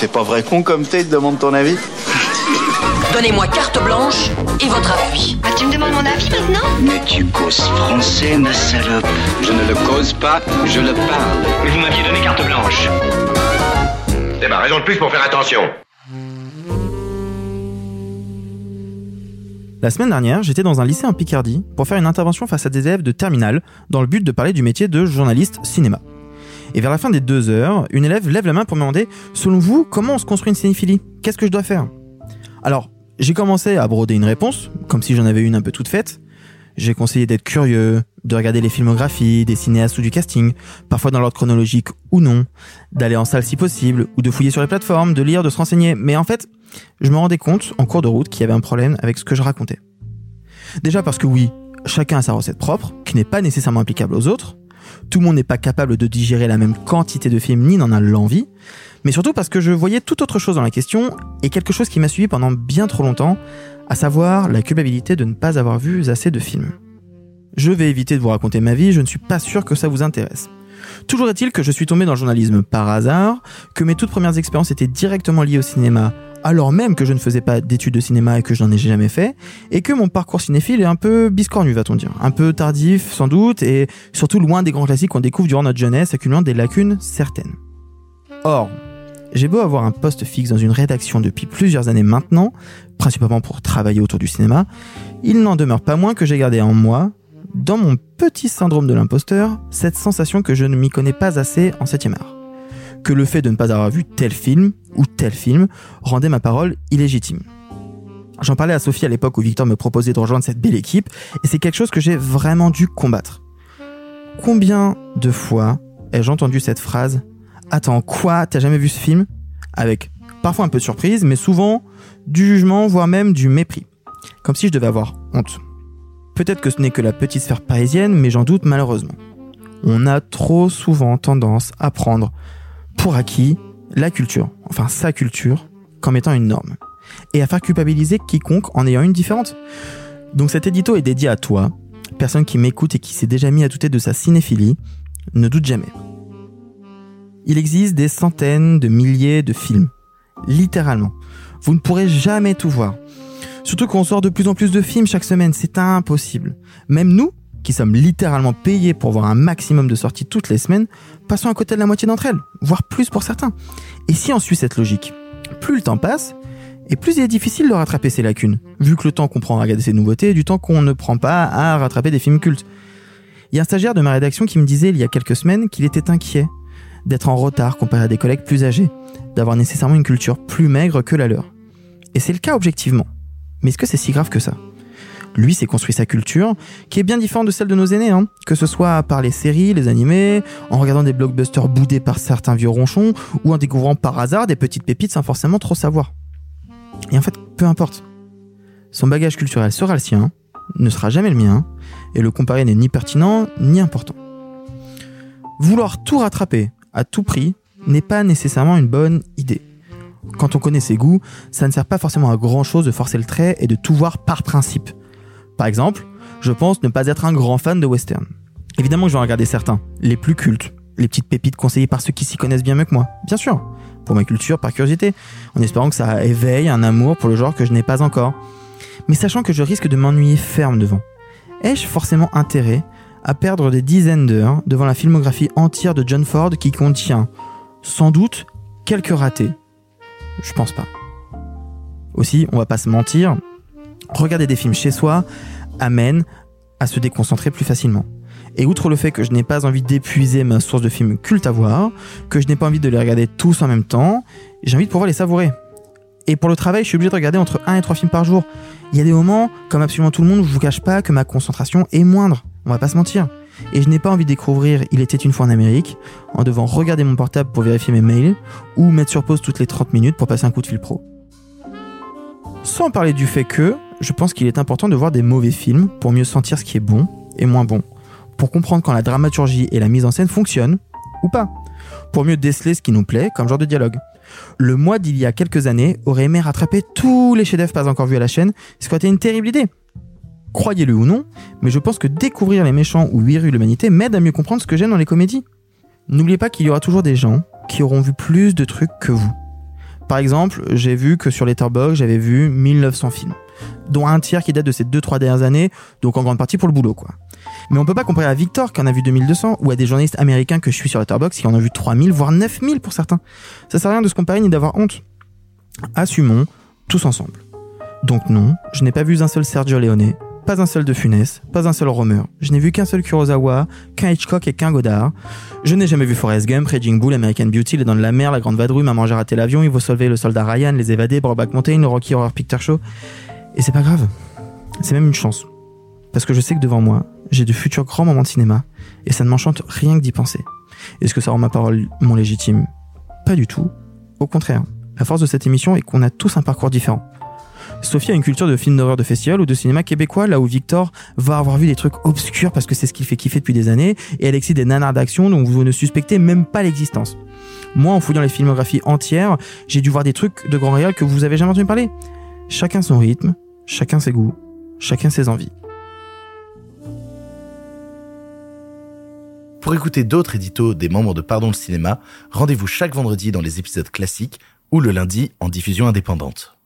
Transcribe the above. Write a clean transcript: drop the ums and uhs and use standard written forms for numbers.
C'est pas vrai con comme t'es, te demande ton avis. Donnez-moi carte blanche et votre appui. Ah, tu me demandes mon avis maintenant ? Mais tu causes français, ma salope. Je ne le cause pas, je le parle. Mais vous m'aviez donné carte blanche. C'est ma raison de plus pour faire attention. La semaine dernière, j'étais dans un lycée en Picardie pour faire une intervention face à des élèves de terminale dans le but de parler du métier de journaliste cinéma. Et vers la fin des 2 heures, une élève lève la main pour me demander « Selon vous, comment on se construit une cinéphilie ? Qu'est-ce que je dois faire ?» Alors, j'ai commencé à broder une réponse, comme si j'en avais une un peu toute faite. J'ai conseillé d'être curieux, de regarder les filmographies, des cinéastes ou du casting, parfois dans l'ordre chronologique ou non, d'aller en salle si possible, ou de fouiller sur les plateformes, de lire, de se renseigner. Mais en fait, je me rendais compte, en cours de route, qu'il y avait un problème avec ce que je racontais. Déjà parce que oui, chacun a sa recette propre, qui n'est pas nécessairement applicable aux autres. Tout le monde n'est pas capable de digérer la même quantité de films, ni n'en a l'envie. Mais surtout parce que je voyais tout autre chose dans la question, et quelque chose qui m'a suivi pendant bien trop longtemps, à savoir la culpabilité de ne pas avoir vu assez de films. Je vais éviter de vous raconter ma vie, je ne suis pas sûr que ça vous intéresse. Toujours est-il que je suis tombé dans le journalisme par hasard, que mes toutes premières expériences étaient directement liées au cinéma, alors même que je ne faisais pas d'études de cinéma et que je n'en ai jamais fait, et que mon parcours cinéphile est un peu biscornu, va-t-on dire. Un peu tardif, sans doute, et surtout loin des grands classiques qu'on découvre durant notre jeunesse, accumulant des lacunes certaines. Or, j'ai beau avoir un poste fixe dans une rédaction depuis plusieurs années maintenant, principalement pour travailler autour du cinéma, il n'en demeure pas moins que j'ai gardé en moi, dans mon petit syndrome de l'imposteur, cette sensation que je ne m'y connais pas assez en 7e art. Que le fait de ne pas avoir vu tel film ou tel film rendait ma parole illégitime. J'en parlais à Sophie à l'époque où Victor me proposait de rejoindre cette belle équipe, et c'est quelque chose que j'ai vraiment dû combattre. Combien de fois ai-je entendu cette phrase « Attends, quoi ? T'as jamais vu ce film ?» avec parfois un peu de surprise, mais souvent du jugement, voire même du mépris. Comme si je devais avoir honte. Peut-être que ce n'est que la petite sphère parisienne, mais j'en doute malheureusement. On a trop souvent tendance à prendre pour acquis la culture, enfin sa culture, comme étant une norme, et à faire culpabiliser quiconque en ayant une différente. Donc cet édito est dédié à toi, personne qui m'écoute et qui s'est déjà mis à douter de sa cinéphilie, ne doute jamais. Il existe des centaines de milliers de films, littéralement. Vous ne pourrez jamais tout voir. Surtout qu'on sort de plus en plus de films chaque semaine, c'est impossible. Même nous, qui sommes littéralement payés pour voir un maximum de sorties toutes les semaines, passons à côté de la moitié d'entre elles, voire plus pour certains. Et si on suit cette logique, plus le temps passe, et plus il est difficile de rattraper ces lacunes, vu que le temps qu'on prend à regarder ces nouveautés est du temps qu'on ne prend pas à rattraper des films cultes. Il y a un stagiaire de ma rédaction qui me disait il y a quelques semaines qu'il était inquiet d'être en retard comparé à des collègues plus âgés, d'avoir nécessairement une culture plus maigre que la leur. Et c'est le cas objectivement. Mais est-ce que c'est si grave que ça ? Lui s'est construit sa culture, qui est bien différente de celle de nos aînés, que ce soit par les séries, les animés, en regardant des blockbusters boudés par certains vieux ronchons, ou en découvrant par hasard des petites pépites sans forcément trop savoir. Et en fait, peu importe. Son bagage culturel sera le sien, ne sera jamais le mien, et le comparer n'est ni pertinent, ni important. Vouloir tout rattraper, à tout prix, n'est pas nécessairement une bonne idée. Quand on connaît ses goûts, ça ne sert pas forcément à grand chose de forcer le trait et de tout voir par principe. Par exemple, je pense ne pas être un grand fan de western. Évidemment que je vais en regarder certains, les plus cultes, les petites pépites conseillées par ceux qui s'y connaissent bien mieux que moi, bien sûr, pour ma culture, par curiosité, en espérant que ça éveille un amour pour le genre que je n'ai pas encore. Mais sachant que je risque de m'ennuyer ferme devant, ai-je forcément intérêt à perdre des dizaines d'heures devant la filmographie entière de John Ford qui contient, sans doute, quelques ratés ? Je pense pas. Aussi, on va pas se mentir, regarder des films chez soi amène à se déconcentrer plus facilement. Et outre le fait que je n'ai pas envie d'épuiser ma source de films cultes à voir, que je n'ai pas envie de les regarder tous en même temps, j'ai envie de pouvoir les savourer. Et pour le travail, je suis obligé de regarder entre 1 et 3 films par jour. Il y a des moments, comme absolument tout le monde, où je vous cache pas que ma concentration est moindre. On va pas se mentir. Et je n'ai pas envie de découvrir Il était une fois en Amérique en devant regarder mon portable pour vérifier mes mails ou mettre sur pause toutes les 30 minutes pour passer un coup de fil pro. Sans parler du fait que je pense qu'il est important de voir des mauvais films pour mieux sentir ce qui est bon et moins bon, pour comprendre quand la dramaturgie et la mise en scène fonctionnent ou pas, pour mieux déceler ce qui nous plaît comme genre de dialogue. Le moi d'il y a quelques années aurait aimé rattraper tous les chefs-d'œuvre pas encore vus à la chaîne, ce qui aurait été une terrible idée. Croyez-le ou non, mais je pense que découvrir Les Méchants ou 8 rues l'Humanité m'aide à mieux comprendre ce que j'aime dans les comédies. N'oubliez pas qu'il y aura toujours des gens qui auront vu plus de trucs que vous. Par exemple, j'ai vu que sur Letterboxd, j'avais vu 1900 films, dont un tiers qui date de ces 2-3 dernières années, donc en grande partie pour le boulot, quoi. Mais on peut pas comparer à Victor, qui en a vu 2200, ou à des journalistes américains que je suis sur Letterboxd, qui en ont vu 3000, voire 9000 pour certains. Ça sert à rien de se comparer ni d'avoir honte. Assumons, tous ensemble. Donc non, je n'ai pas vu un seul Sergio Leone, pas un seul De Funès, pas un seul Romer. Je n'ai vu qu'un seul Kurosawa, qu'un Hitchcock et qu'un Godard. Je n'ai jamais vu Forrest Gump, Raging Bull, American Beauty, Les Dents de la Mer, La Grande Vadrouille, Maman j'ai raté l'avion, Il faut sauver le soldat Ryan, Les Évadés, Brokeback Mountain, le Rocky Horror Picture Show. Et c'est pas grave. C'est même une chance. Parce que je sais que devant moi, j'ai de futurs grands moments de cinéma, et ça ne m'enchante rien que d'y penser. Est-ce que ça rend ma parole mon légitime ? Pas du tout. Au contraire. La force de cette émission est qu'on a tous un parcours différent. Sophie a une culture de films d'horreur de festival ou de cinéma québécois, là où Victor va avoir vu des trucs obscurs parce que c'est ce qu'il fait kiffer depuis des années, et Alexis des nanars d'action dont vous ne suspectez même pas l'existence. Moi, en fouillant les filmographies entières, j'ai dû voir des trucs de grands réals que vous avez jamais entendu parler. Chacun son rythme, chacun ses goûts, chacun ses envies. Pour écouter d'autres éditos des membres de Pardon le cinéma, rendez-vous chaque vendredi dans les épisodes classiques ou le lundi en diffusion indépendante.